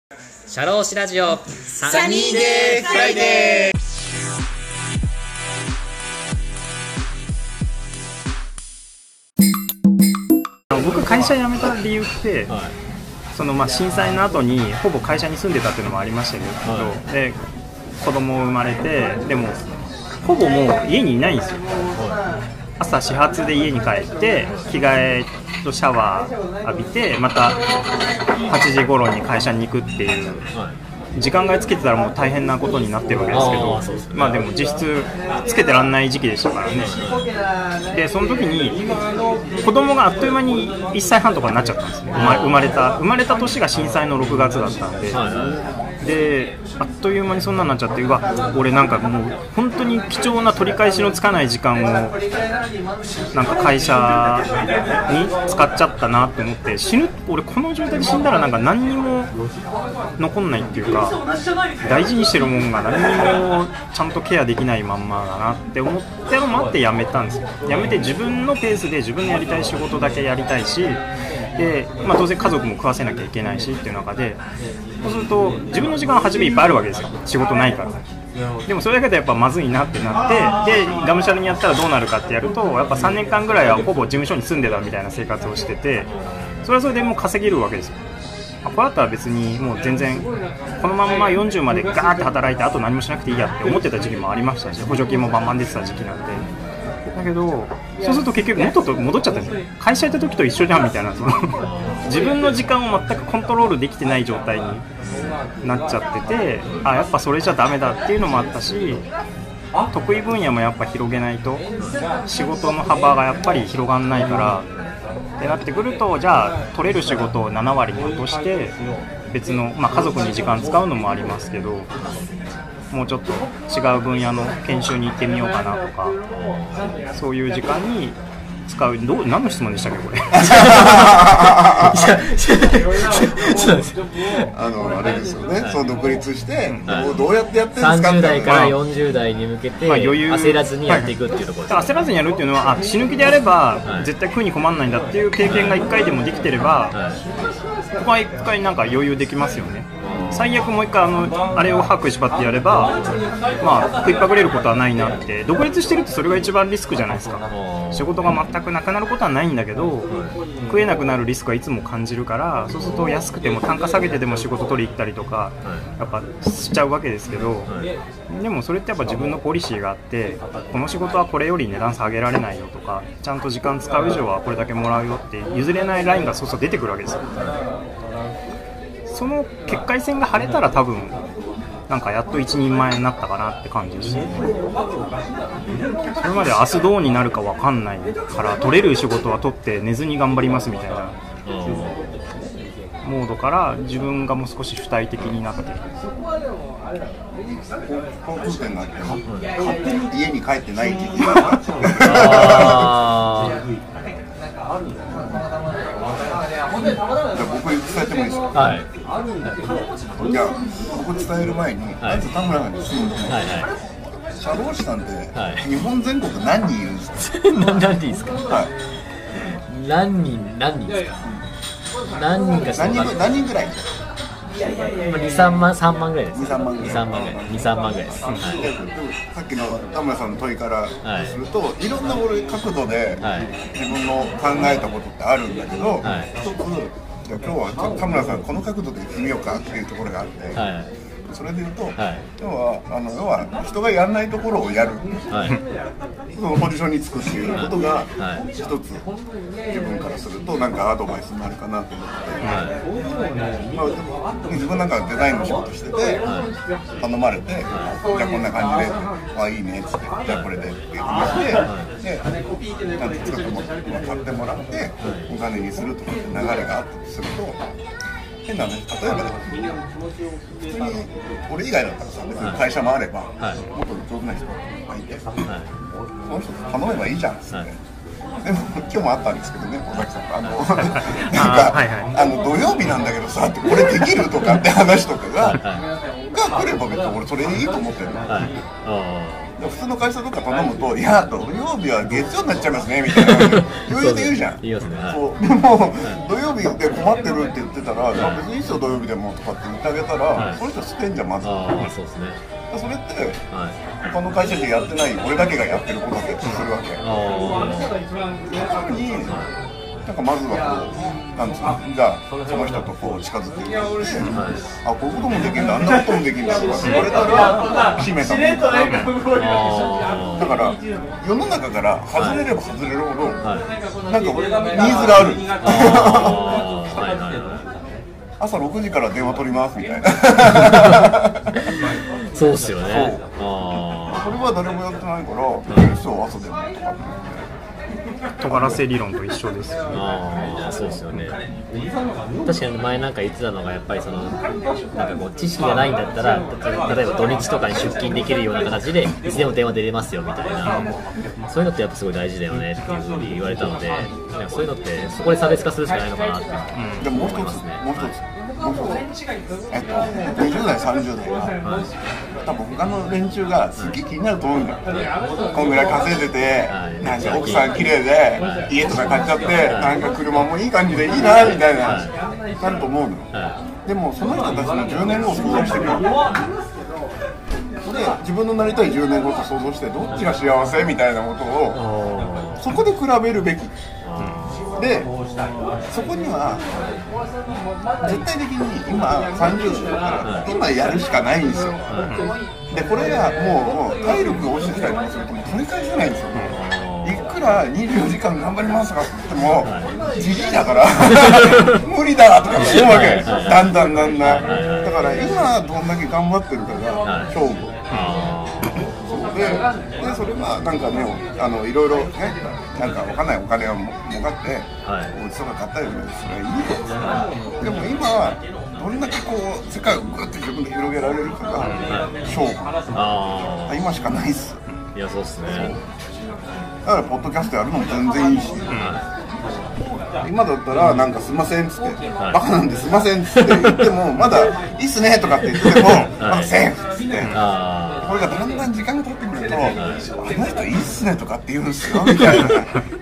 シャローシラジオサニーデーフライデー。 僕会社辞めた理由って、その震災の後にほぼ会社に住んでたっていうのもありましたけど、で子供生まれて、でもほぼもう家にいないんですよ。朝始発で家に帰って着替えとシャワー浴びて、また8時頃に会社に行くっていう時間外つけてたらもう大変なことになってるわけですけど、でも実質つけてらんない時期でしたからね。でその時に子供があっという間に1歳半とかになっちゃったんですね。生まれた年が震災の6月だったんで、であっという間にそんなになっちゃって、俺なんかもう本当に貴重な取り返しのつかない時間をなんか会社に使っちゃったなって思って、俺この状態で死んだらなんか何にも残んないっていうか、大事にしてるもんが何にもちゃんとケアできないまんまだなって思ってのもあって辞めたんですよ。辞めて自分のペースで自分のやりたい仕事だけやりたいし、で当然家族も食わせなきゃいけないしっていう中で、そうすると自分の時間は初めいっぱいあるわけですよ、仕事ないから。でもそれだけでやっぱまずいなってなって、でがむしゃらにやったらどうなるかってやると、やっぱ3年間ぐらいはほぼ事務所に住んでたみたいな生活をしてて、それはそれでもう稼げるわけですよ。これだったら別にもう全然このまんま40までガーって働いてあと何もしなくていいやって思ってた時期もありましたし、補助金もバンバン出てた時期なんで。だけどそうすると結局元と戻っちゃったんですよ。会社行った時と一緒じゃんみたいな、自分の時間を全くコントロールできてない状態になっちゃってて、やっぱそれじゃダメだっていうのもあったし、得意分野もやっぱ広げないと仕事の幅がやっぱり広がんないからってなってくると、じゃあ取れる仕事を7割に落として別の、家族に時間使うのもありますけど、もうちょっと違う分野の研修に行ってみようかなとか、そういう時間に使う。何の質問でしたっけこれあれですよね、そう独立してどうやってやってるんですか。 30代から40代に向けて焦らずにやっていくっていうところです。 焦らずにやるっていうのは、死ぬ気でやれば絶対食うに困らないんだっていう経験が1回でもできてれば、ここは1回なんか余裕できますよね。最悪もう一回あれを把握しばってやれば、食いっぱぐれることはないなって。独立してるってそれが一番リスクじゃないですか。仕事が全くなくなることはないんだけど、食えなくなるリスクはいつも感じるから、そうすると安くても単価下げてでも仕事取り行ったりとかやっぱしちゃうわけですけど、でもそれってやっぱ自分のポリシーがあって、この仕事はこれより値段下げられないよとか、ちゃんと時間使う以上はこれだけもらうよって譲れないラインがそうそう出てくるわけですよ。その結界線が張れたら多分なんかやっと一人前になったかなって感じですね。それまで明日どうになるか分かんないから取れる仕事は取って寝ずに頑張りますみたいなモードから自分がもう少し主体的になってる。 高校生になって家に帰ってないって言って僕伝えてもいいですか。 はい。 じゃあ僕伝える前に、まず田村さんに質問です。社労士さんって日本全国何人いるんですか。 何人ですか。何人ですか。何人かしか分かんない。 何人ぐらい。 2、3万、3万ぐらいです。2、3万ぐらいです。さっきの田村さんの問いからすると、いろんな角度で自分の考えたことってあるんだけど、一つ今日は田村さんこの角度で決めようかっていうところがあって、それで言うと、要は人がやらないところをやる、そのポジションにつくっていうことが一つ自分からするとなんかアドバイスになるかなと思って、自分なんかデザインの仕事してて頼まれて、じゃあこんな感じでいいねっつって、じゃあこれでって言ってでなんて作って買ってもらってお金にするとかって流れがあったとすると、変なね、例えば普通に俺以外だったらさ、別に会社もあれば、もっと上手な人がいて、その人頼めばいいじゃんっつって、でも今日もあったんですけどね、尾崎さんなんか土曜日なんだけどさってこれできるとかって話とかが来れば別に俺それでいいと思ってるの。 普通の会社とか頼むと、いや土曜日は月曜になっちゃいますねみたいな余裕で言うじゃん。 言いますね。 そうでも土曜日で困ってるって言ってたら、別にいいですよ土曜日でもとかって言ってあげたら、その人捨てんじゃんまず。 そうですね。 それって他の会社でやってない俺だけがやってることだったりするわけ。になんかまずはこうなんつうの、じゃあその人とこう近づいていって、あこういうこともできるんだ、あんなこともできるんだとか言われたら決めたもんだから、世の中から外れれば外れるほど、なんかニーズがある。朝6時から電話取りますみたいな。 そうっすよね。 それは誰もやってないから、そう朝でもとか。 尖らせ理論と一緒です。 そうですよね。確かに前なんか言ってたのが、やっぱりそのなんかこう知識がないんだったら、例えば土日とかに出勤できるような形でいつでも電話出れますよみたいな、そういうのってやっぱすごい大事だよねっていうふうに言われたので、そういうのってそこで差別化するしかないのかなって。 でももう一つ、20代30代が多分他の連中がすっげえ気になると思うんだよ。こんぐらい稼いでて、なんか奥さん綺麗で家とか買っちゃって、なんか車もいい感じでいいなみたいななると思うの。でもその人たちの10年後を想像してみる。で自分のなりたい10年後と想像して、どっちが幸せみたいなことをそこで比べるべきで、そこには絶対的に今30歳だから今やるしかないんですよ。でこれがもう体力が落ちてきたりとかするともう取り返せないんですよ。いくら24時間頑張りますとかって言ってもじじいだから無理だとか思うわけ。だんだんだから今どんだけ頑張ってるかが勝負で、それはなんかね、いろいろね、なんかわかんないお金を儲かって、お家とか買ったりとかすればいいです。でも今はどんだけこう世界をグッと自分で広げられるかが勝負。今しかないっす。 いやそうっすね。 だからポッドキャストやるのも全然いいし。今だったらなんかすいませんっつって、バカなんですいませんっつって言ってもまだいいっすねとかって言ってもまだセーフっつって、これがだんだん時間が経ってくると、あの人いいっすねとかって言うんすよみたいな、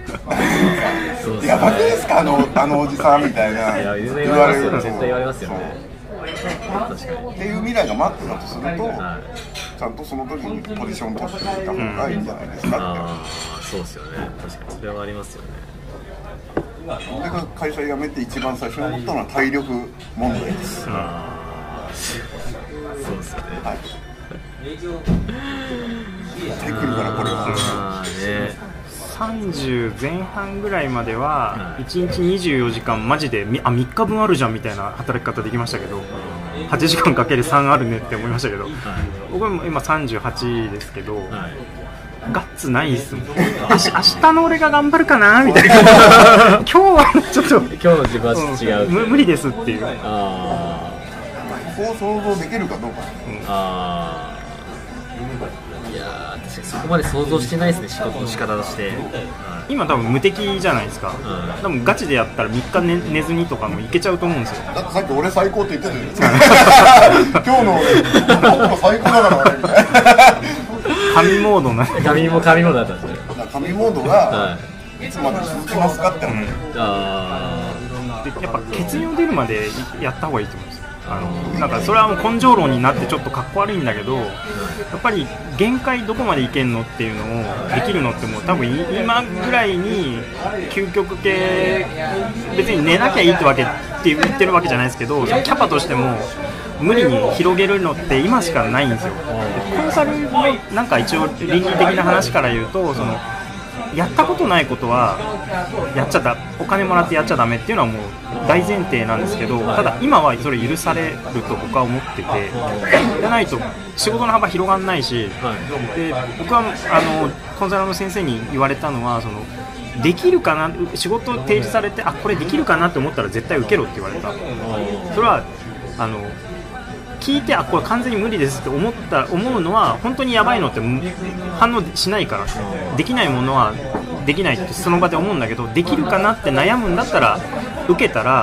やばくですかあのおじさんみたいな言われると絶対言われますよね。 っていう未来が待ってたとすると、ちゃんとその時にポジション取っておいた方がいいんじゃないですかって。 そうですよね。確かにそれはありますよね。 俺が会社辞めて一番最初に思ったのは体力問題です。 そうですよね。 はい。絶対来るからこれは。 30前半ぐらいまでは1日24時間マジで3日分あるじゃんみたいな働き方できましたけど、8時間かける3あるねって思いましたけど、僕は今38ですけど、ガッツないっすもん。明日の俺が頑張るかなみたいな今日はちょっと今日の自分は違う、 無理ですっていう。 こう想像できるかどうか。 いや確かにそこまで想像してないですね、仕事の仕方として。 今多分無敵じゃないですか。多分ガチでやったら3日寝ずにとかもいけちゃうと思うんですよ。 だってさっき俺最高って言ってたじゃないですか。今日の俺最高だから俺みたいな。 神モードな。 神モードだったんですよ。 神モードがいつまで続きますかって。 やっぱ血尿出るまでやった方がいいと思うんですよ。なんかそれはもう根性論になってちょっとかっこ悪いんだけど、やっぱり限界どこまでいけんのっていうのをできるのってもう多分今ぐらいに究極系、別に寝なきゃいいってわけって言ってるわけじゃないですけど、キャパとしても無理に広げるのって今しかないんですよ。コンサルのなんか一応倫理的な話から言うと、そのやったことないことはお金もらってやっちゃダメっていうのはもう大前提なんですけど、ただ今はそれ許されると僕は思ってて、じゃないと仕事の幅広がんないし、で僕はコンサルの先生に言われたのは、そのできるかな、仕事を提示されてこれできるかなって思ったら絶対受けろって言われた。それは聞いてこれ完全に無理ですって思うのは本当にやばいのって反応しないから、できないものはできないってその場で思うんだけど、できるかなって悩むんだったら受けたら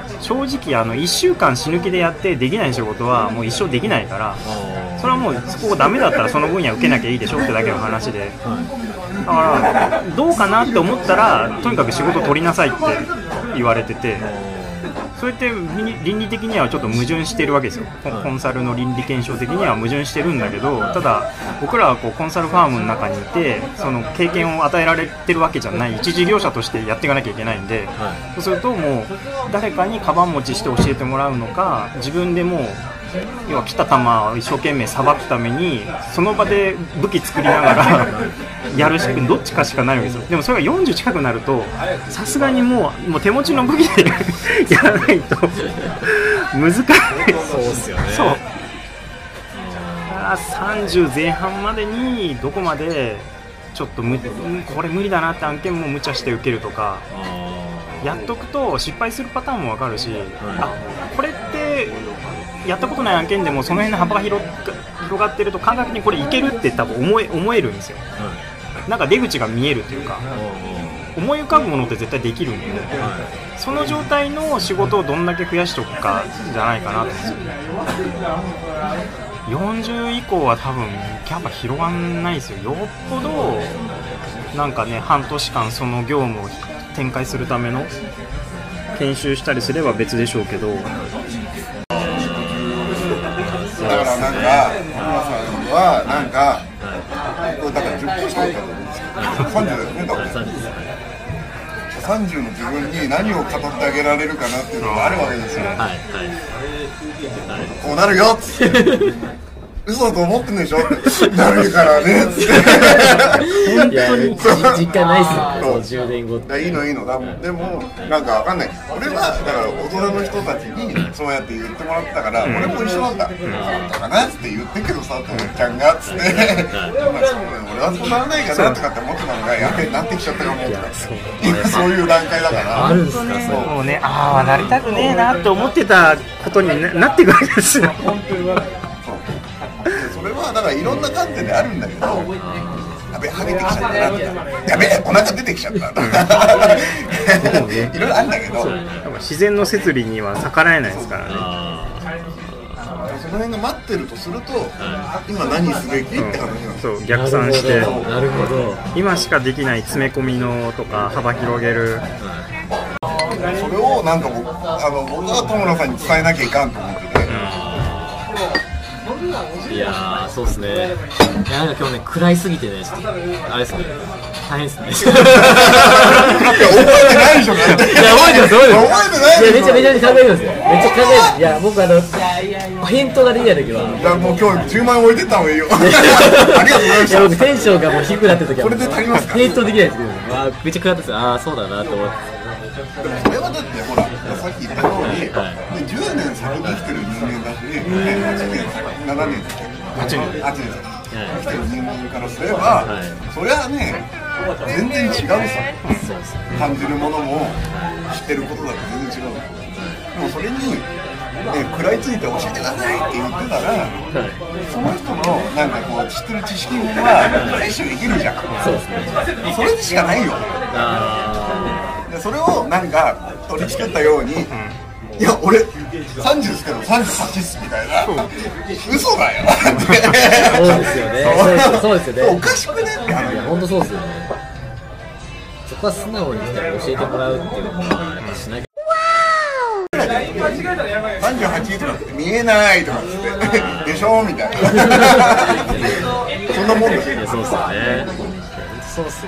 正直1週間死ぬ気でやってできない仕事はもう一生できないから、それはもうそこダメだったらその分野受けなきゃいいでしょってだけの話で、だからどうかなって思ったらとにかく仕事取りなさいって言われてて、それって倫理的にはちょっと矛盾してるわけですよ。コンサルの倫理検証的には矛盾してるんだけど、ただ僕らはこうコンサルファームの中にいてその経験を与えられてるわけじゃない一事業者としてやっていかなきゃいけないんで、そうするともう誰かにカバン持ちして教えてもらうのか、自分でもう要は来た球を一生懸命さばくためにその場で武器作りながらやるしかどっちかしかないわけですよ。でもそれが40近くなるとさすがにもう手持ちの武器でやらないと難しい。 そうですよね。 そうだから30前半までにどこまでちょっとこれ無理だなって案件も無茶して受けるとかやっとくと失敗するパターンも分かるし、あこれってやったことない案件でもその辺の幅が広がってると感覚にこれいけるって多分思えるんですよ、なんか出口が見えるというか、思い浮かぶものって絶対できるんで、その状態の仕事をどんだけ増やしておくかじゃないかなと思うんですよ。40以降は多分キャパ広がんないですよ。よっぽどなんかね半年間その業務を展開するための研修したりすれば別でしょうけど、 だからなんか皆さんはなんかだから10個しかないと思うんですよ。30だよね、だから30の自分に何を語ってあげられるかなっていうのがあるわけですよ。こうなるよっつって嘘だと思ってんでしょってなるからねっつって本当に実感ないっすよね、10年後って。 いいのいいのだもん。でもなんかわかんない、俺はだから大人の人たちにそうやって言ってもらったから、俺も一緒なんだとかなっつって言ってけどさ、ともちゃんがっつって俺はそうならないかなとかって思ってたのがやべえなってきちゃったかもとか、今そういう段階だからあるんすか。 もうね、ああなりたくねえなって思ってたことになっていくわけですよ。 それはだからいろんな観点であるんだけど、やべえハゲてきちゃったなとか、やべえお腹出てきちゃったとかいろいろあるんだけど、 自然の摂理には逆らえないですからね。 その辺が待ってるとすると、今何すべきって話なんですよ。 そう逆算してなるほど今しかできない詰め込みのとか幅広げる、 それをなんか僕は友野さんに伝えなきゃいかんと思ってて、 いやーそうっすね。いやなんか今日ね暗いすぎてね、ちょっとあれですね、大変ですね。 覚えてないでしょ。いや覚えてます覚えてます。 覚えてないでしょ。 いやめちゃめちゃ考えてますよ。めっちゃ考えて。いや僕返答ができない時は。 いやもう今日10万円置いてった方がいいよ。ありがとうございました。 いや僕テンションがもう低くなってる時はこれで足りますか。 返答できないですけど、めっちゃ暗かったですよ。ああそうだなと思って。 でもそれはだってほらさっき言ったように、10年先に生きてる人間だし、8年先、7年先、8年先生きてる人間からすれば、それはね全然違うさ。感じるものも知ってることだと全然違う。でもそれに食らいついて教えてくださいって言ってたら、その人のなんかこう知ってる知識は摂取できるじゃん。 そうですね。 それでしかないよ。でそれをなんか取り付けたように、いや俺30ですけど38っすみたいな、嘘だよ。 そうですよね。そうですよね。 おかしくねって話。 いや本当そうですよね。そこは素直に教えてもらうっていうのはやっぱしなきゃ。 38とかって見えないとかってでしょみたいな。そんなもんですよ。 そうですよね。そうっすよ。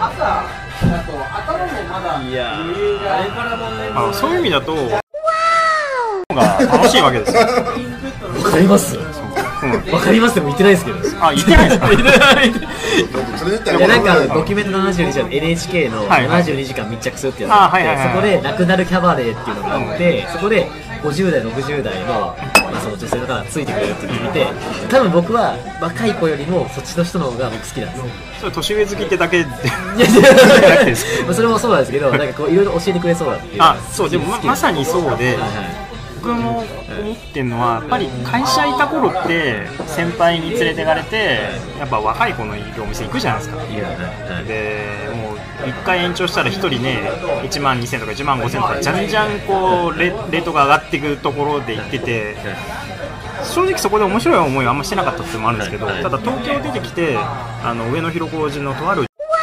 いやそういう意味だとが楽しいわけですよ。 わかります。わかりますでも言ってないですけど。 あ言ってないですか。言ってない。 いやなんかドキュメント72時間 NHK の72時間密着するっていうのがあって、そこで亡くなるキャバレーっていうのがあって、そこで50代60代のその女性の方がついてくれるっていうのを見て、多分僕は若い子よりもそっちの人の方が僕好きなんですよ。 それ年上好きってだけでそれもそうなんですけど、なんかこういろいろ教えてくれそうだっていう。 あそうでもまさにそうで、僕も思ってるのはやっぱり会社いた頃って先輩に連れてかれてやっぱ若い子のいるお店行くじゃないですか。でもう 1回延長したら1人ね1万2000とか1万5000とかじゃんじゃんこうレートが上がっていくところで行ってて、正直そこで面白い思いはあんましてなかったっていうのもあるんですけど、ただ東京出てきて上野広小路のとある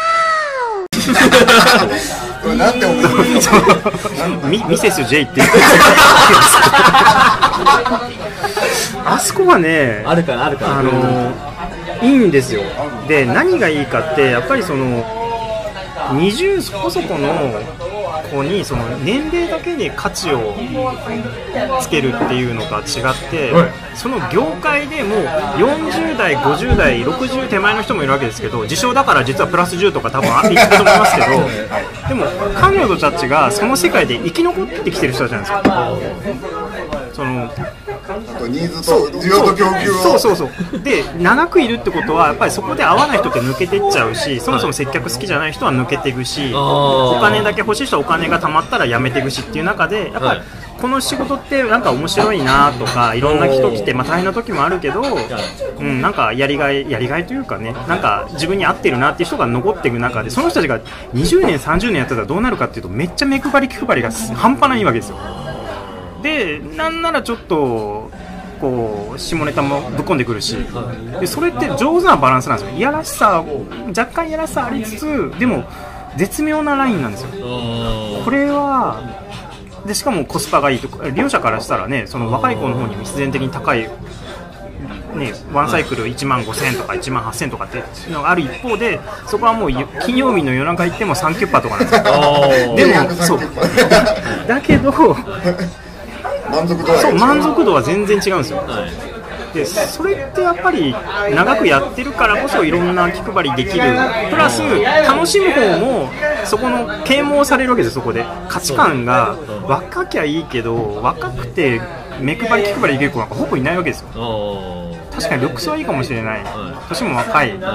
なんて思うミセス J って言ってあそこはねあるからいいんですよ。で何がいいかってやっぱりその20そこそこの子にその年齢だけで価値をつけるっていうのとは違って、その業界でもう40代50代60手前の人もいるわけですけど、自称だから実はプラス10とか多分あっていくと思いますけどでも彼女たちがその世界で生き残ってきてる人たちなんですよ。そのニーズと需要と供給をそうで長くいるってことはやっぱりそこで合わない人って抜けていっちゃうし、そもそも接客好きじゃない人は抜けていくし、お金だけ欲しい人はお金が貯まったら辞めていくしっていう中でやっぱりこの仕事ってなんか面白いなとかいろんな人来て、大変な時もあるけど、なんかやりがいというかね、なんか自分に合ってるなっていう人が残っていく中で、その人たちが20年30年やってたらどうなるかっていうとめっちゃ目配り気配りが半端ないわけですよ。でなんならちょっとこう下ネタもぶっ込んでくるし、でそれって上手なバランスなんですよ。若干いやらしさありつつでも絶妙なラインなんですよ。これはでしかもコスパがいいとか、利用者からしたらね、その若い子の方に必然的に高い、ね、ワンサイクル1万5000とか1万8000とかっていうのがある一方で、そこはもう金曜日の夜中行っても3キュッパとかなんですよ。でもそうだけど満足度は全然違うんですよ。でそれってやっぱり長くやってるからこそいろんな気配りできる、プラス楽しむ方もそこの啓蒙されるわけです。そこで価値観が若きゃいいけど、若くて目配り気配りできる子なんかほぼいないわけですよ。確かにルックスはいいかもしれない、年も若い、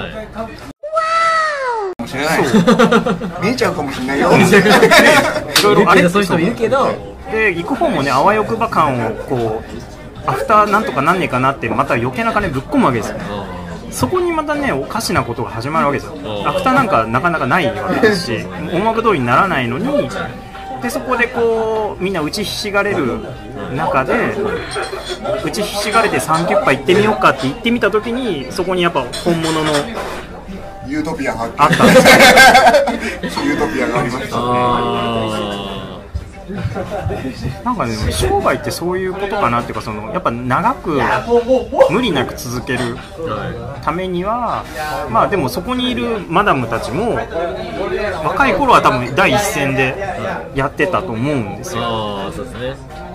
見えちゃうかもしれないよ。 いろいろそういう人もいるけど、 で行く方もね、あわよくば感をこうアフターなんとかなんねえかなってまた余計な金ぶっ込むわけですよ。そこにまたねおかしなことが始まるわけですよ。アフターなんかなかなかないわけですし、音楽通りにならないのに、でそこでこうみんな打ちひしがれる中で、打ちひしがれて3キュッパ行ってみようかって言ってみたときに、そこにやっぱ本物のユートピアがあったんですユートピアがありましたね。 なんかね、商売ってそういうことかなっていうか、そのやっぱ長く無理なく続けるためには、まあでもそこにいるマダムたちも若い頃は多分第一線でやってたと思うんですよ。 そうですね。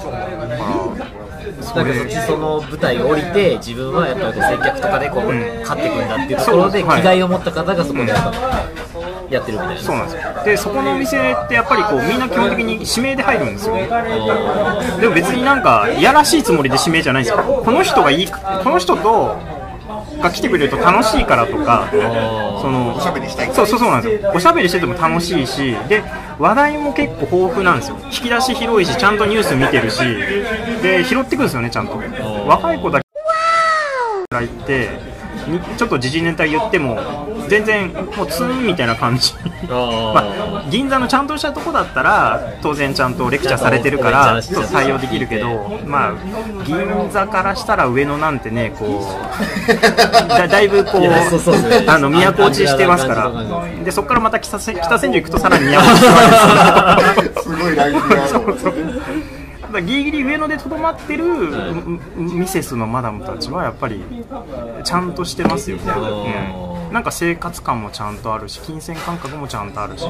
その舞台を降りて自分はやっぱり接客とかでこう、勝っていくんだっていうところで気概を持った方がそこでやってるみたいな。 そうなんですよ。でそこのお店ってやっぱりこうみんな基本的に指名で入るんですよね。でも別になんかいやらしいつもりで指名じゃないんですよ。この人がいい、この人とが来てくれると楽しいからとか、そのおしゃべりしたい。 そうなんですよ。おしゃべりしてても楽しいし、で話題も結構豊富なんですよ。引き出し広いし、ちゃんとニュース見てるし、で拾ってくるんですよね、ちゃんと。若い子だけ行ってちょっと時事ネタ言っても全然もうツーンみたいな感じまあ銀座のちゃんとしたとこだったら当然ちゃんとレクチャーされてるから対応できるけど、まあ銀座からしたら上野なんてね、こうだいぶこう都落ちしてますから、でそこからまた北千住行くとさらに都落ちしてわけですすごいランキングがある。 ギリギリ上野でとどまってるミセスのマダムたちはやっぱりちゃんとしてますよね。なんか生活感もちゃんとあるし、金銭感覚もちゃんとあるし、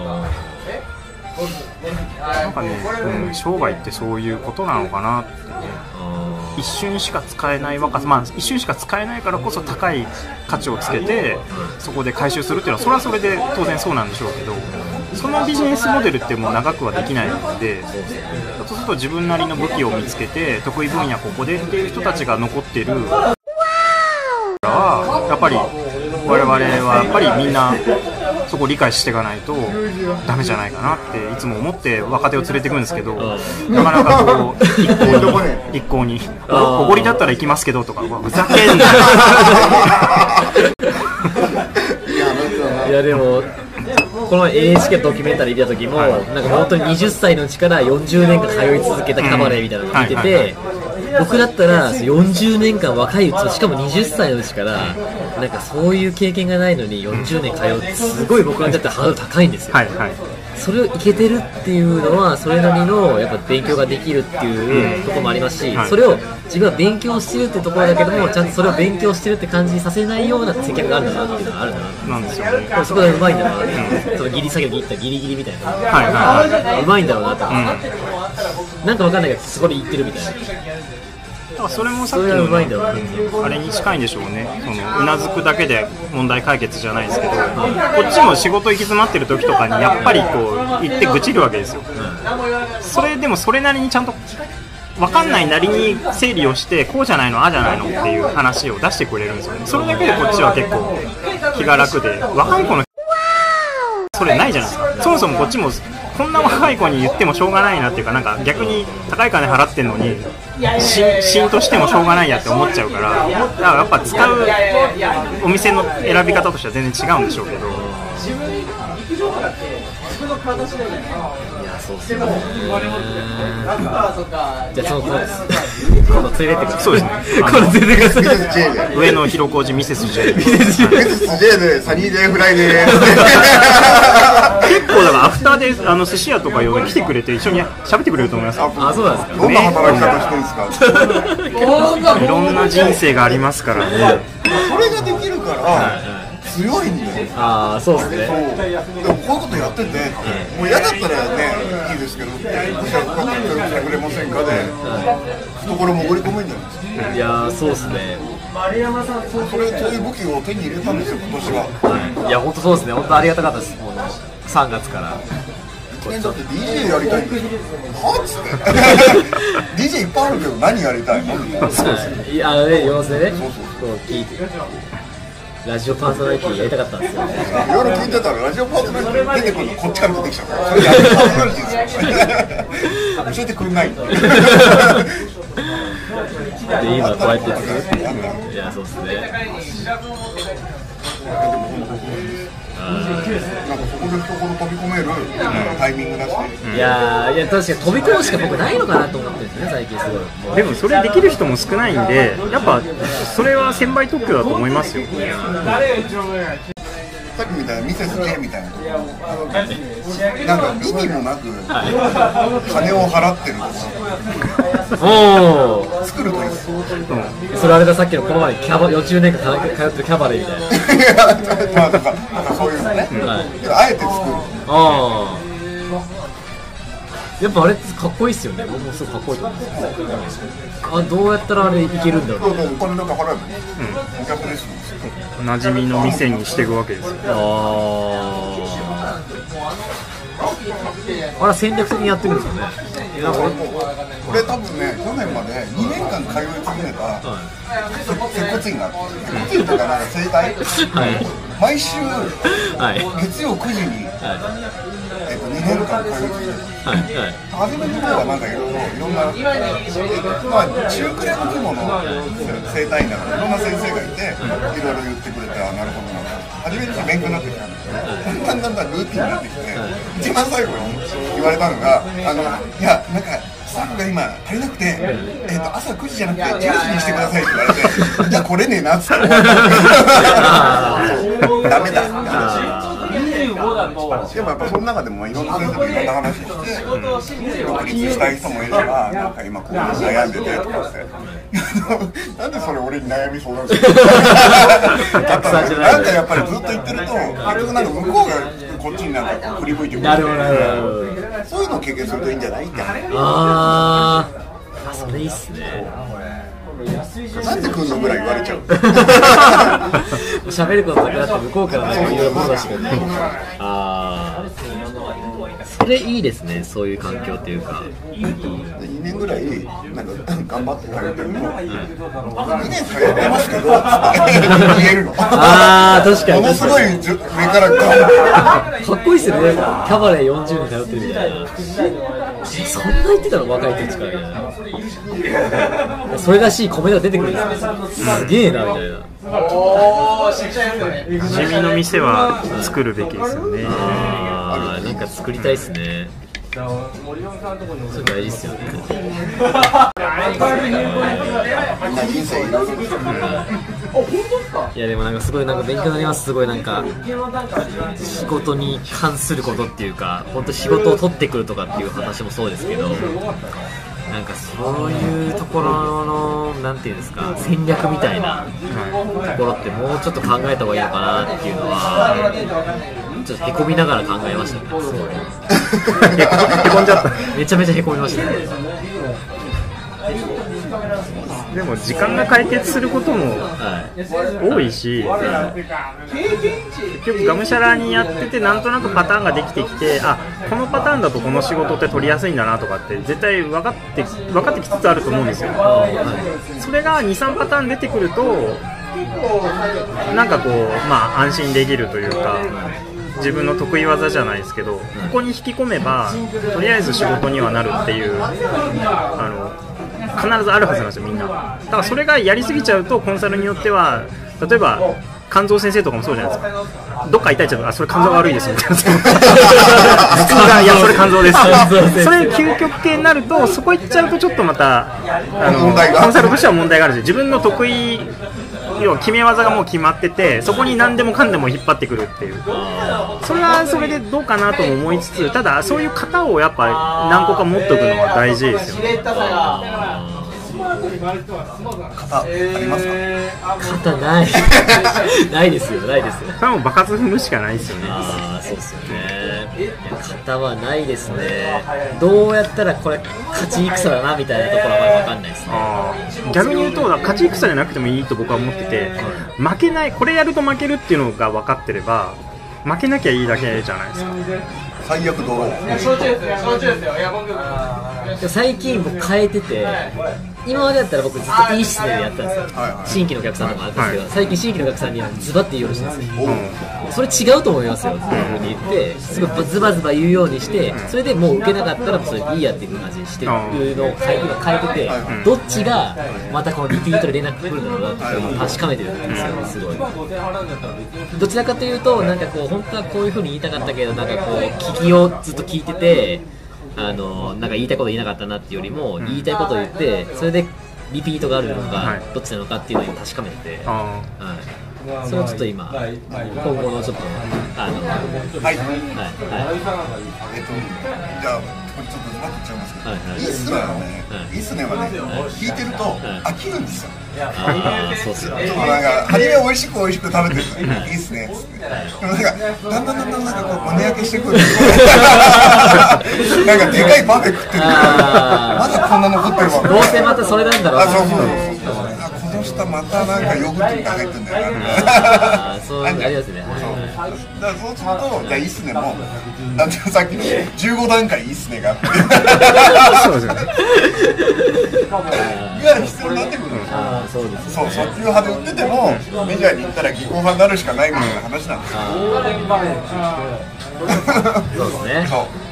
なんかね、商売ってそういうことなのかなってね。一瞬しか使えない若さ、まあ一瞬しか使えないからこそ高い価値をつけてそこで回収するっていうのはそれはそれで当然そうなんでしょうけど、そのビジネスモデルってもう長くはできないので、そうすると自分なりの武器を見つけて得意分野ここでっていう人たちが残っているからはやっぱり我々はやっぱりみんなそこを理解していかないとダメじゃないかなっていつも思って若手を連れていくんですけど、なかなかこう一向におごりだったら行きますけどとか、ふざけんな。 いやでもこの NHK のドキュメンタリー見た時も、なんか本当に20歳のうちから40年間通い続けたキャバレーみたいなのを聞いてて、僕だったら40年間若いうち、しかも20歳のうちからなんかそういう経験がないのに40年通うってすごい僕にとってハードル高いんですよ。それをいけてるっていうのはそれなりのやっぱ勉強ができるっていうところもありますし、それを自分は勉強してるってところだけどもちゃんとそれを勉強してるって感じにさせないような接客があるんだなっていうのがあるんだななんですよね。そこがうまいんだろうなって、そのギリ作業に行ったギリギリみたいな、うまいんだろうなと思って、なんかわかんないけどそこで言ってるみたいな。 それもさっきのあれに近いんでしょうね。そのうなずくだけで問題解決じゃないですけど、こっちも仕事行き詰まってる時とかにやっぱりこう言って愚痴るわけですよ。それでもそれなりにちゃんと分かんないなりに整理をしてこうじゃないのああじゃないのっていう話を出してくれるんですよね。それだけでこっちは結構気が楽で、若い子のそれないじゃないですか。そもそもこっちもこんな若い子に言ってもしょうがないなっていうか、なんか逆に高い金払ってんのにシーンとしてもしょうがないやって思っちゃうから、だからやっぱ使うお店の選び方としては全然違うんでしょうけど。 いや、そうっすね。じゃあその今度連れてってください。 そうですね。 今度連れてってください。 上野広小路ミセス J ミセス J でサニーデイフライデー結構だからアフターで寿司屋とか来てくれて一緒に喋ってくれると思います。 あ、そうなんですか。 どんな働き方してるんですか。 いろんな人生がありますからね。 それができるから強いんだよ。 ああ、そうですね。でもこういうことやってて、もう嫌だったらねいいですけど、じゃあしてくれませんかで懐も潜り込めんじゃないですか。 いやー、そうですね。 そういう武器を手に入れたんですよ今年は。 いや、本当そうですね。本当ありがたかったです。もう3月から。 だって DJ やりたいんですよ。はっつって DJ いっぱいあるけど何やりたいのみたいな。 そうですね。いや、様子でね、こう聞いてラジオパーソナリティやりたかったんですよね。 いろいろ聞いてたらラジオパーソナリティ出てくるのこっちから出てきちゃうから、それラジオパーソナリティですよ教えてくんないんだで今こうやって作っていや、そうですね。 なんかそこで懐飛び込めるタイミングだし、 いや確かに飛び込むしか僕ないのかなと思ってるんですね、最近すごい。 でもそれできる人も少ないんで、やっぱそれは専売特許だと思いますよ。 さっきみたいなミセス J みたいなところ、なんか意味もなく金を払ってるとか作るといいです。 それあれだ、さっきのこの前40年間通ってるキャバレーみたいな。 まあなんかそういうのね、あえて作る。 やっぱあれってかっこいいっすよね。僕もすごいかっこいいと思うんですよ。どうやったらあれいけるんだろう。 お金なんか払えばお客ですよ。 馴染みの店にしていくわけですよ。 あれ戦略的にやってるんですよね。 これ多分ね、去年まで2年間通い続けた接骨院があって、接骨院とかなんか整体、毎週月曜9時に2年間通い続けて、初めの方はなんかいろんな、まあ中くらいの規模の整体院だからいろんな先生がいていろいろ言ってくれて、なるほどなと。初めて勉強になってきたんですけど、だんだんルーティンになってきて、一番最後に言われたのが、いやなんかスタッフが今足りなくて、朝9時じゃなくて10時にしてくださいって言われて、じゃあ来れねえなっつって終わったダメだって話。でもやっぱその中でもいろんな先生といろんな話して独立したい人もいれば、なんか今こう悩んでてとかってなんでそれ俺に悩み相談するのなんかやっぱりずっと言ってると結局なんか向こうがこっちになんか振り向いてくる。そういうのを経験するといいんじゃないって話。 それいいっすね。 なんで来んのぐらい言われちゃう。 喋ることなくなって向こうからいろいろ物出してくれる。それいいですね、そういう環境っていうか。 2年ぐらいなんか頑張って通ってるの。2年通ってますけど言えるの。 確かに。 ものすごい上からかっこいいっすよね。キャバレー40年通ってるみたいな。 そんな言ってたの若い時からみたいな。それらしい米が出てくるんですよ。すげえなみたいな。 地味の店は作るべきですよね。 ああ、なんか作りたいですね。それ大事っすよね。いやでもなんかすごいなんか勉強になります。すごいなんか仕事に関することっていうか、本当仕事を取ってくるとかっていう話もそうですけど、なんかそういうところのなんていうんですか、戦略みたいなところってもうちょっと考えた方がいいのかなっていうのはちょっとへこみながら考えましたね。すごいへこんじゃった。めちゃめちゃへこみましたね。 でも時間が解決することも多いし、結局がむしゃらにやっててなんとなくパターンができてきて、あ、このパターンだとこの仕事って取りやすいんだなとかって絶対分かってきつつあると思うんですよ。それが 2,3 パターン出てくるとなんかこう、まあ安心できるというか、自分の得意技じゃないですけど、ここに引き込めばとりあえず仕事にはなるっていう必ずあるはずなんですよ、みんな。だからそれがやりすぎちゃうとコンサルによっては、例えば肝臓先生とかもそうじゃないですか。どっか痛いちゃうと、あ、それ肝臓悪いですみたいな。普通がいやそれ肝臓です。それ究極系になると、そこ行っちゃうとちょっとまたコンサルとしては問題があるし、自分の得意要は決め技がもう決まってて、そこに何でもかんでも引っ張ってくるっていう、それはそれでどうかなとも思いつつ、ただそういう型をやっぱ何個か持っておくのは大事ですよね。 型ありますか？ 型ないないですよ、ないですよ。 それはもう爆発踏むしかないですよね。 ああ、そうですよね。型はないですね。どうやったらこれ勝ち戦だなみたいなところはまだ分かんないですね。 逆に言うと勝ち戦じゃなくてもいいと僕は思ってて、負けない、これやると負けるっていうのが分かってれば負けなきゃいいだけじゃないですか。 最悪ドロー。 最近僕変えてて、今までだったら僕ずっといい姿勢でやったんですよ、新規のお客さんとかあったんですけど、最近新規のお客さんにはズバッて言うようにしてるんですよ。それ違うと思いますよっていう風に言って、すごいズバズバ言うようにして、それでもう受けなかったらそれでいいやっていう感じにしてるのを今変えてて、どっちがまたこのリピートで連絡来るんだろうなっていうのを確かめてるんですよ。すごいどちらかというと、なんかこう本当はこういう風に言いたかったけど、なんかこう聞きをずっと聞いてて、なんか言いたいこと言えなかったなっていうよりも、言いたいことを言ってそれでリピートがあるのがどっちなのかっていうのを確かめてて、それをちょっと今今後のちょっとはいじゃあこれちょっとズバッとちゃいますけど、いいっすねはね、いいっすねはね、聞いてると飽きるんですよ。 そうっすよね。 ちょっとなんか初め美味しく食べてるのいいっすねっつって、でもなんかだんだんなんかこう胸焼けしてくるなんかでかいパフェ食ってるからまだこんな残ってるわ。 どうせまたそれなんだろうな。 そうこの下またなんかヨーグルトが入ってるんだよな。 そうありますね。 だからそうすると、じゃあいいっすねもさっきの15段階いいっすねがあってそうですよね。 いわゆる必要になってくるんですよ。 そうです。 そう、速球派で売っててもメジャーに行ったら技巧派になるしかないみたいな話なんですよ。 そうですね。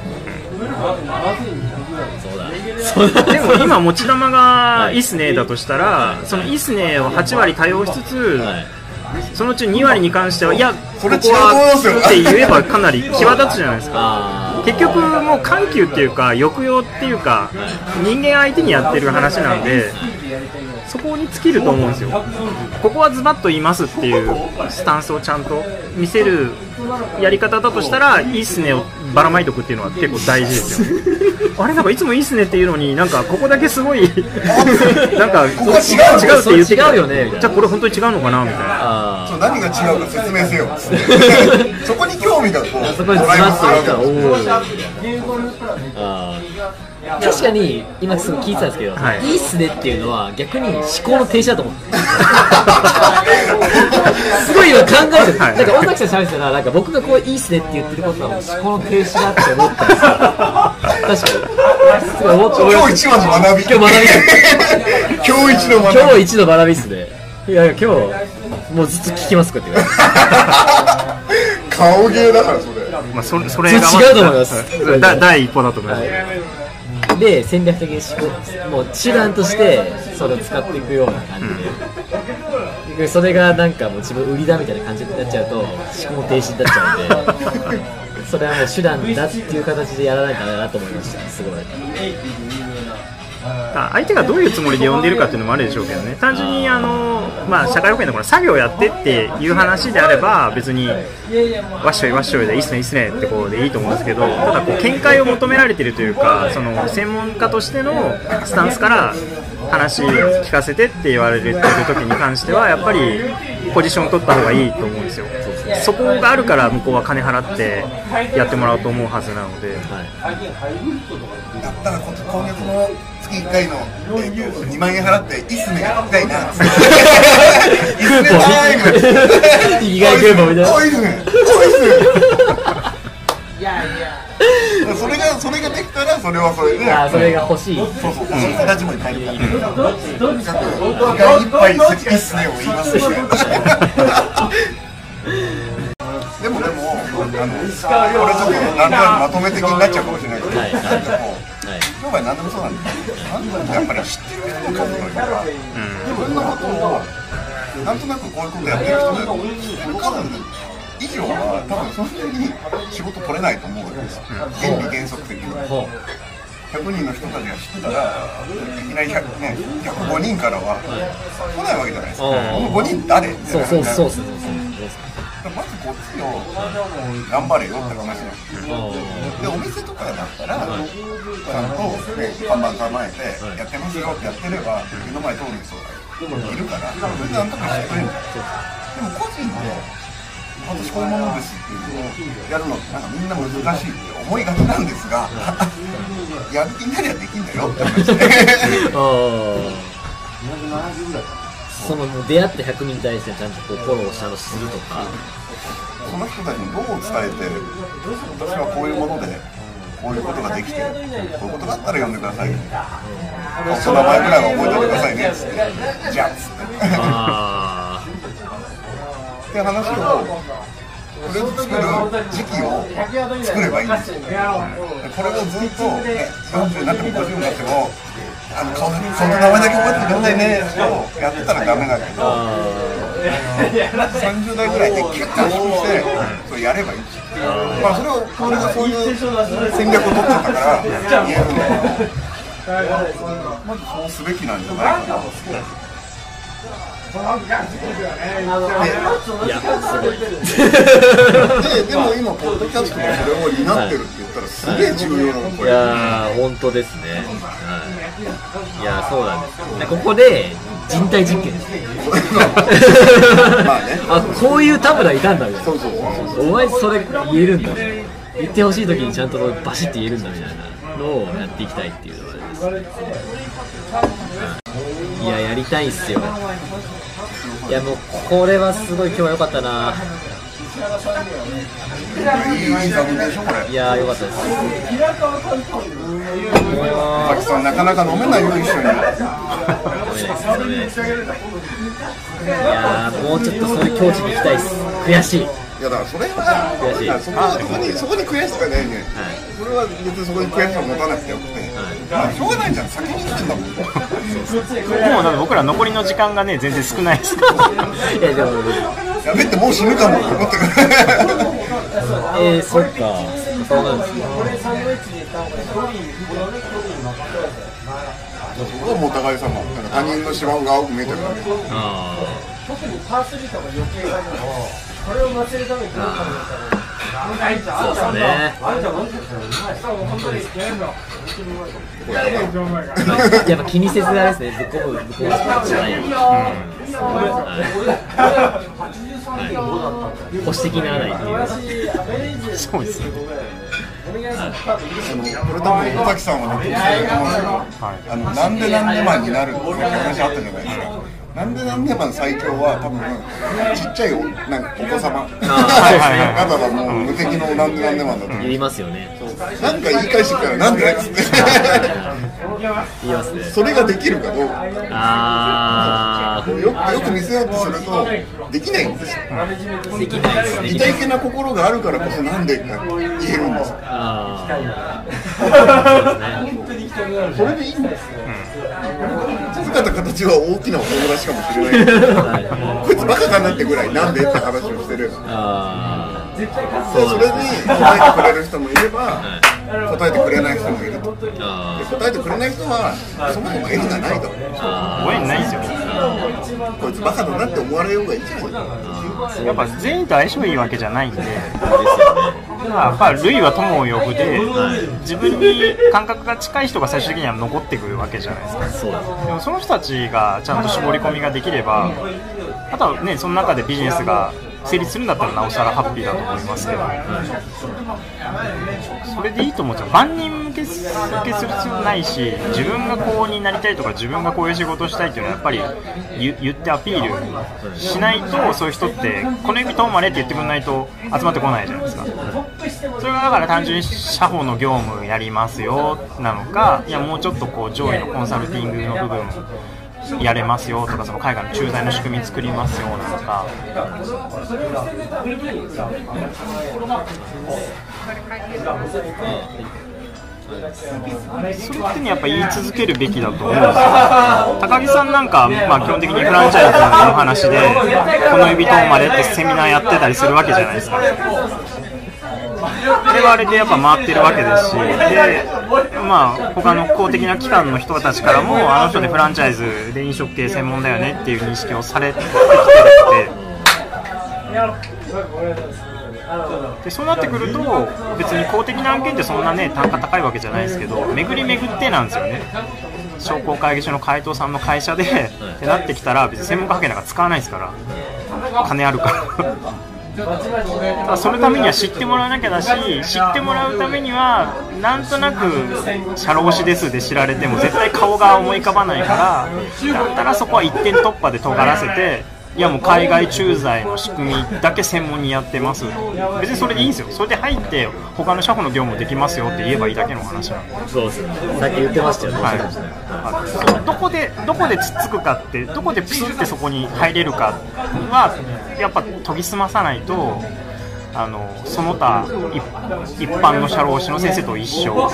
そうだ。でも今持ち玉がいいっすねだとしたら、そのいいっすねを8割多用しつつ、そのうち2割に関しては、いや、ここはって言えばかなり際立つじゃないですか。結局もう緩急っていうか抑揚っていうか人間相手にやってる話なんで、そこに尽きると思うんですよ。ここはズバッと言いますっていうスタンスをちゃんと見せるやり方だとしたら、いいっすねをばらまいとくっていうのは結構大事ですよ。あれなんかいつもいいっすねっていうのに、なんかここだけすごいなんかここ違うって言ってきた。じゃあこれ本当に違うのかなみたいな。 そう何が違うか説明せよそこに興味がこうそこにズバッと言ったら、確かに今すぐ聞いてたんですけど、いいっすねっていうのは逆に思考の停止だと思ってすごい今考えてる。なんか尾崎さん喋ってたら、なんか僕がこういいっすねって言ってることは思考の停止だって思ったんですよ。確かにすごい思って、 今日一番の学び今日一の学びっすね。いや今日もうずっと聞きますかって言われて顔芸だからそれ。 まあそれが違うと思います。 第一歩だと思います。 で戦略的にもう手段としてそれを使っていくような感じで、それがなんかもう自分売りだみたいな感じになっちゃうと思考停止になっちゃうんでそれはもう手段だっていう形でやらないとダメだなと思いました。すごい相手がどういうつもりで呼んでいるかっていうのもあるでしょうけどね、単純にまあ、社会保険のこの作業をやってっていう話であれば別にわっしょいわっしょいでいいっすねいいっすねってこうでいいと思うんですけど、ただこう見解を求められているというか、その専門家としてのスタンスから話聞かせてって言われている時に関してはやっぱりポジションを取った方がいいと思うんですよ。そこがあるから向こうは金払ってやってもらおうと思うはずなので、 だったら今月の月1回の2万円払っていいっすねやりたいなっつっていいっすねタイム意外クーポンみたいな、 おいっすねそれができたらそれはそれで、 それが欲しい、 そう形もいっぱいいるから時間いっぱいいいっすねを言いますしでも俺ちょっとなんとなくまとめ的になっちゃうかもしれないけど、商売何でもそうなんだけど、やっぱり知ってる人の数がいるから、自分のことをなんとなくこういうことやってる人で知ってる数以上は多分そんなに仕事取れないと思うわけですよ、原理原則的に。100人の人たちが知ってたらいきなり105人からは来ないわけじゃないですか。この5人誰みたいな。そうまずこっちを頑張れよって話なんですよ。でお店とかだったらちゃんと、看板構えてやってますよってやってれば目の前通る人がいるからそれでなんとかしてくれるんですよ。でも個人で私こういうものですっていうのをやるのってなんかみんな難しいって思いがちなんですがやる気になりゃできんだよって話でその出会った100人に対してちゃんとこうフォローしたのするとか、 その人たちにどう伝えて私はこういうものでこういうことができてこういうことがあったら呼んでください、その名前ぐらいは覚えておいてくださいねっつってじゃあっつってって話をとりあえず作る時期を作ればいいんですよ。これをずっと、40になっても50になってもその名前だけ覚えてくださいねをやってたらダメだけど30代ぐらいでキュッと意識してそれやればいいんですよ。まあそれを俺がそういう戦略を取ってたから言えるんだけどまずそうすべきなんじゃないかな。 いやすごいでも今ポッドキャストがそれを担ってるって言ったらすげえ重要なのこれ。 いや本当ですね、いやそうなんですよ。ここで人体実験ですまあねこういう田村いたんだみたいな、 そうお前それ言えるんだ、言ってほしい時にちゃんとバシッて言えるんだみたいなのをやっていきたいっていうのがです、いややりたいっすよ。いやもうこれはすごい今日は良かったな。 いい座組でしょこれ。 いや良かったです。 マキさんなかなか飲めないよ一緒に。 いやもうちょっとそういう境地に行きたいです。悔しい。 いやだからそれは悔しい。 そこに悔しさがないね。それは別にそこに悔しさを持たなくてよくて、しょうがないじゃん。先に言ってんだもん。 もうだって僕ら残りの時間がね全然少ないですから。 いやでもやべってもう死ぬかもって思ってる。 そっか。そうなんですね。 そこはもうお互い様。他人の芝生が青く見えてるわけ。 特にパー3とか余計がこれを乗せるためにそうですね。やっぱ気にせずあれですね。ぶっ込むじゃない。保守的にならないっていう。 そうですね。 これ多分尾崎さんはね、なんでなんでマンになるっていう話あったじゃないですか。なんでなんでマン最強は多分ちっちゃいなんかお子様方がもう無敵のなんでなんでマンだと言いますよね。 なんか言い返してきたらなんでっつって言いますね。 それができるかどうか。 ああ。 よく考よく見せようとするとできないんですよ。 できないですね。 イタイケな心があるからこそなんでか言えるんですよ。それでいいんですよ。姿形は大きなお友達かもしれないけど、こいつバカかなってぐらいなんでって話をしてる。それに答えてくれる人もいれば、答えてくれない人もいると。答えてくれない人はそもそも縁がないと。 縁ないんですよ。 こいつバカだなって思われようがいいじゃないですか。 やっぱ全員と相性いいわけじゃないんで、やっぱ類は友を呼ぶで、自分に感覚が近い人が最終的には残ってくるわけじゃないですか。でもその人たちがちゃんと絞り込みができれば、あとはね、その中でビジネスが成立するんだったらなおさらハッピーだと思いますけど、それでいいと思うんですよ。万人受けする必要ないし、自分がこうになりたいとか自分がこういう仕事をしたいっていうのはやっぱり言ってアピールしないと、そういう人ってこの指とまれって言ってくれないと集まってこないじゃないですか。それがだから単純に社保の業務やりますよなのか、いやもうちょっとこう上位のコンサルティングの部分やれますよとか、その海外の駐在の仕組み作りますよなのか。それってねやっぱ言い続けるべきだと思うんですよ。高木さんなんか、基本的にフランチャイズの話でこの指とまれってセミナーやってたりするわけじゃないですか。あれはあれでやっぱ回ってるわけですし、で他の公的な機関の人たちからもあの人でフランチャイズで飲食系専門だよねっていう認識をされてきてるので、そうなってくると別に公的な案件ってそんなね単価高いわけじゃないですけど、巡り巡ってなんですよね。商工会議所の会頭さんの会社でってなってきたら、別に専門家派遣なんか使わないですから、金あるからそのためには知ってもらわなきゃだし、知ってもらうためにはなんとなく社労士ですで知られても絶対顔が思い浮かばないから、だったらそこは一点突破で尖らせて、いやもう海外駐在の仕組みだけ専門にやってます、別にそれでいいんですよ。それで入って他の社保の業務もできますよって言えばいいだけの話なんで。 そうですね、さっき言ってましたよね、 どこでつっつくかって、どこでプスってそこに入れるかはやっぱ研ぎ澄まさないと、その他一般の社労士の先生と一緒。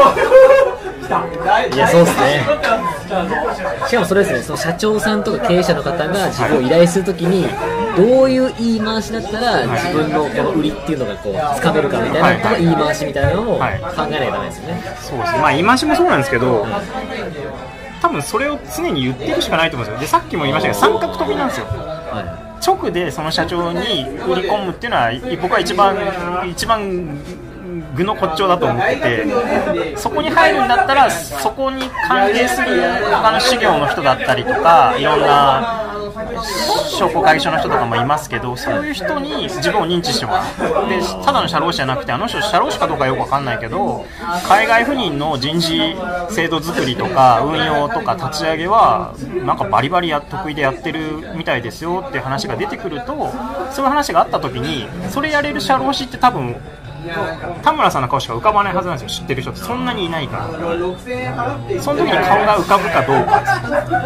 いやそうですね。しかもそれですね、その社長さんとか経営者の方が自分を依頼するときにどういう言い回しだったら自分のこの売りっていうのがこう掴めるかみたいな言い回しみたいなのを考えないとダメですよね。 そうですね。言い回しもそうなんですけど、多分それを常に言ってるしかないと思うんですよ。でさっきも言いましたけど三角飛びなんですよ。直でその社長に売り込むっていうのは僕は一番具の骨頂だと思ってて、そこに入るんだったらそこに関係する他の事業の人だったりとか、いろんな商工会議所の人とかもいますけど、そういう人に自分を認知してもらう。でただの社労士じゃなくて、あの人社労士かどうかよく分かんないけど、海外赴任の人事制度作りとか運用とか立ち上げはなんかバリバリ得意でやってるみたいですよっていう話が出てくると、そういう話があった時にそれやれる社労士って多分田村さんの顔しか浮かばないはずなんですよ。知ってる人ってそんなにいないから。その時に顔が浮かぶかどうかです。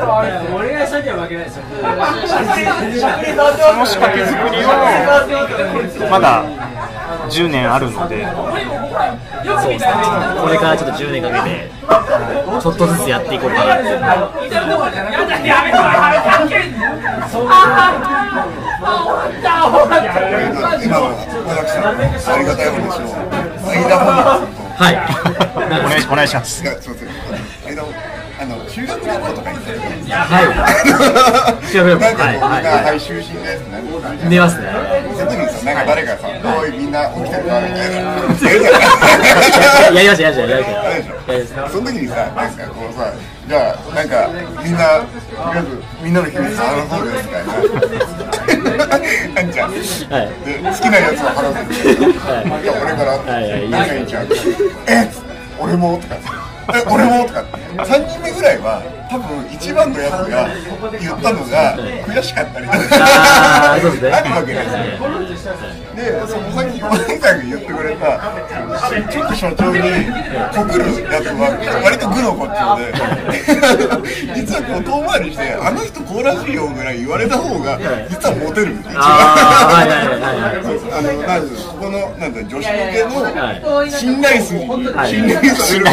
その仕掛け作りをまだ10年あるので、 そうですね、これからちょっと10年かけてちょっとずつやっていこうかなっていう。 今の小崎さんありがたい話を間本はいお願いします。 いやすいません、修学旅行とか行ったり修学旅行、 はい就寝ですね、 寝ますね。 その時にさ、なんか誰かさ、おいみんな起きてるかみたいなやりました。 その時にさ、なんかこうさ、じゃあなんかみんなとりあえずみんなの秘密話そうですみたいなあんちゃん、で好きなやつを話すんですけど、じゃあ俺から何がいいじゃん、俺もとか俺もとか3人目ぐらいは多分一番のやつが言ったのが悔しかったりとかあるわけですよ。で、そのさっき小谷さんが言ってくれたちょっと所長に告るやつは割と愚の骨頂で実はこう遠回りしてあの人こうらしいよぐらい言われた方が実はモテるんですよ。このなんか女子向けの信頼数に信頼する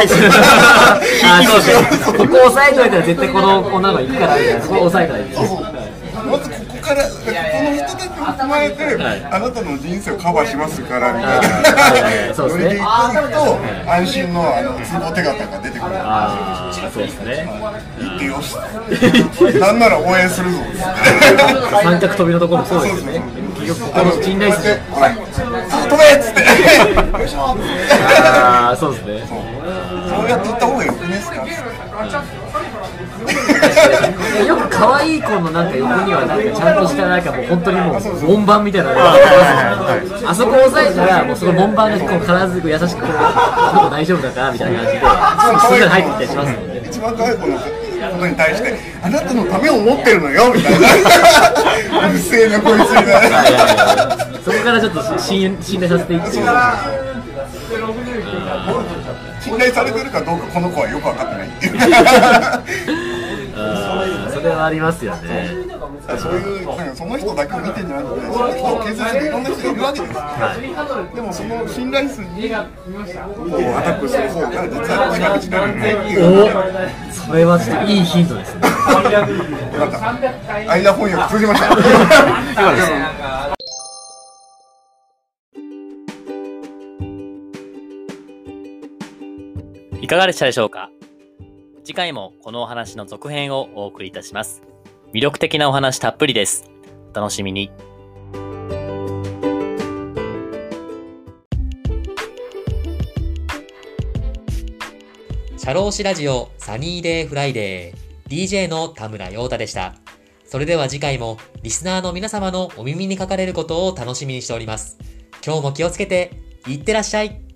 ここ押さえといたら絶対この女の子行くからみたいな、そこ押さえたらいいです。 まずここからこの人たちを踏まえて、あなたの人生をカバーしますからみたいなノリで言っていくと安心の通報手形が出てくる。 そうですね。 言ってよし。なんなら応援するぞ。 三角飛びのところもそうですよね。結局この信頼数。 飛べっつって。 そうですね。 そうやって言った方がよくねですか。 よく可愛い子のなんか横にはなんかちゃんとしたなんかもう本当にもう門番みたいなのがあそこを押さえたらもうその門番がこう必ずこう優しくこうこの子大丈夫だからみたいな感じですぐ入ってきたりしますので、 一番可愛い子のことに対してあなたのためを思ってるのよみたいなうるせえなこいつみたいなそこからちょっと信頼させていくっていう。 信頼されてるかどうかこの子はよく分かってないっていうそれはありますよね。 そういうなんかその人だけを見てんじゃなくてその人を形成するいろんな人がいるわけです、でもその信頼数にこうアタックする方が実は近道になるんだっていうそれはちょっといいヒントですね。 なんか間翻訳通じましたいかがでしたでしょうか。次回もこのお話の続編をお送りいたします。魅力的なお話たっぷりです。お楽しみに。 社労士ラジオサニーデイフライデー DJ の田村陽太でした。それでは次回もリスナーの皆様のお耳にかかれることを楽しみにしております。今日も気をつけていってらっしゃい。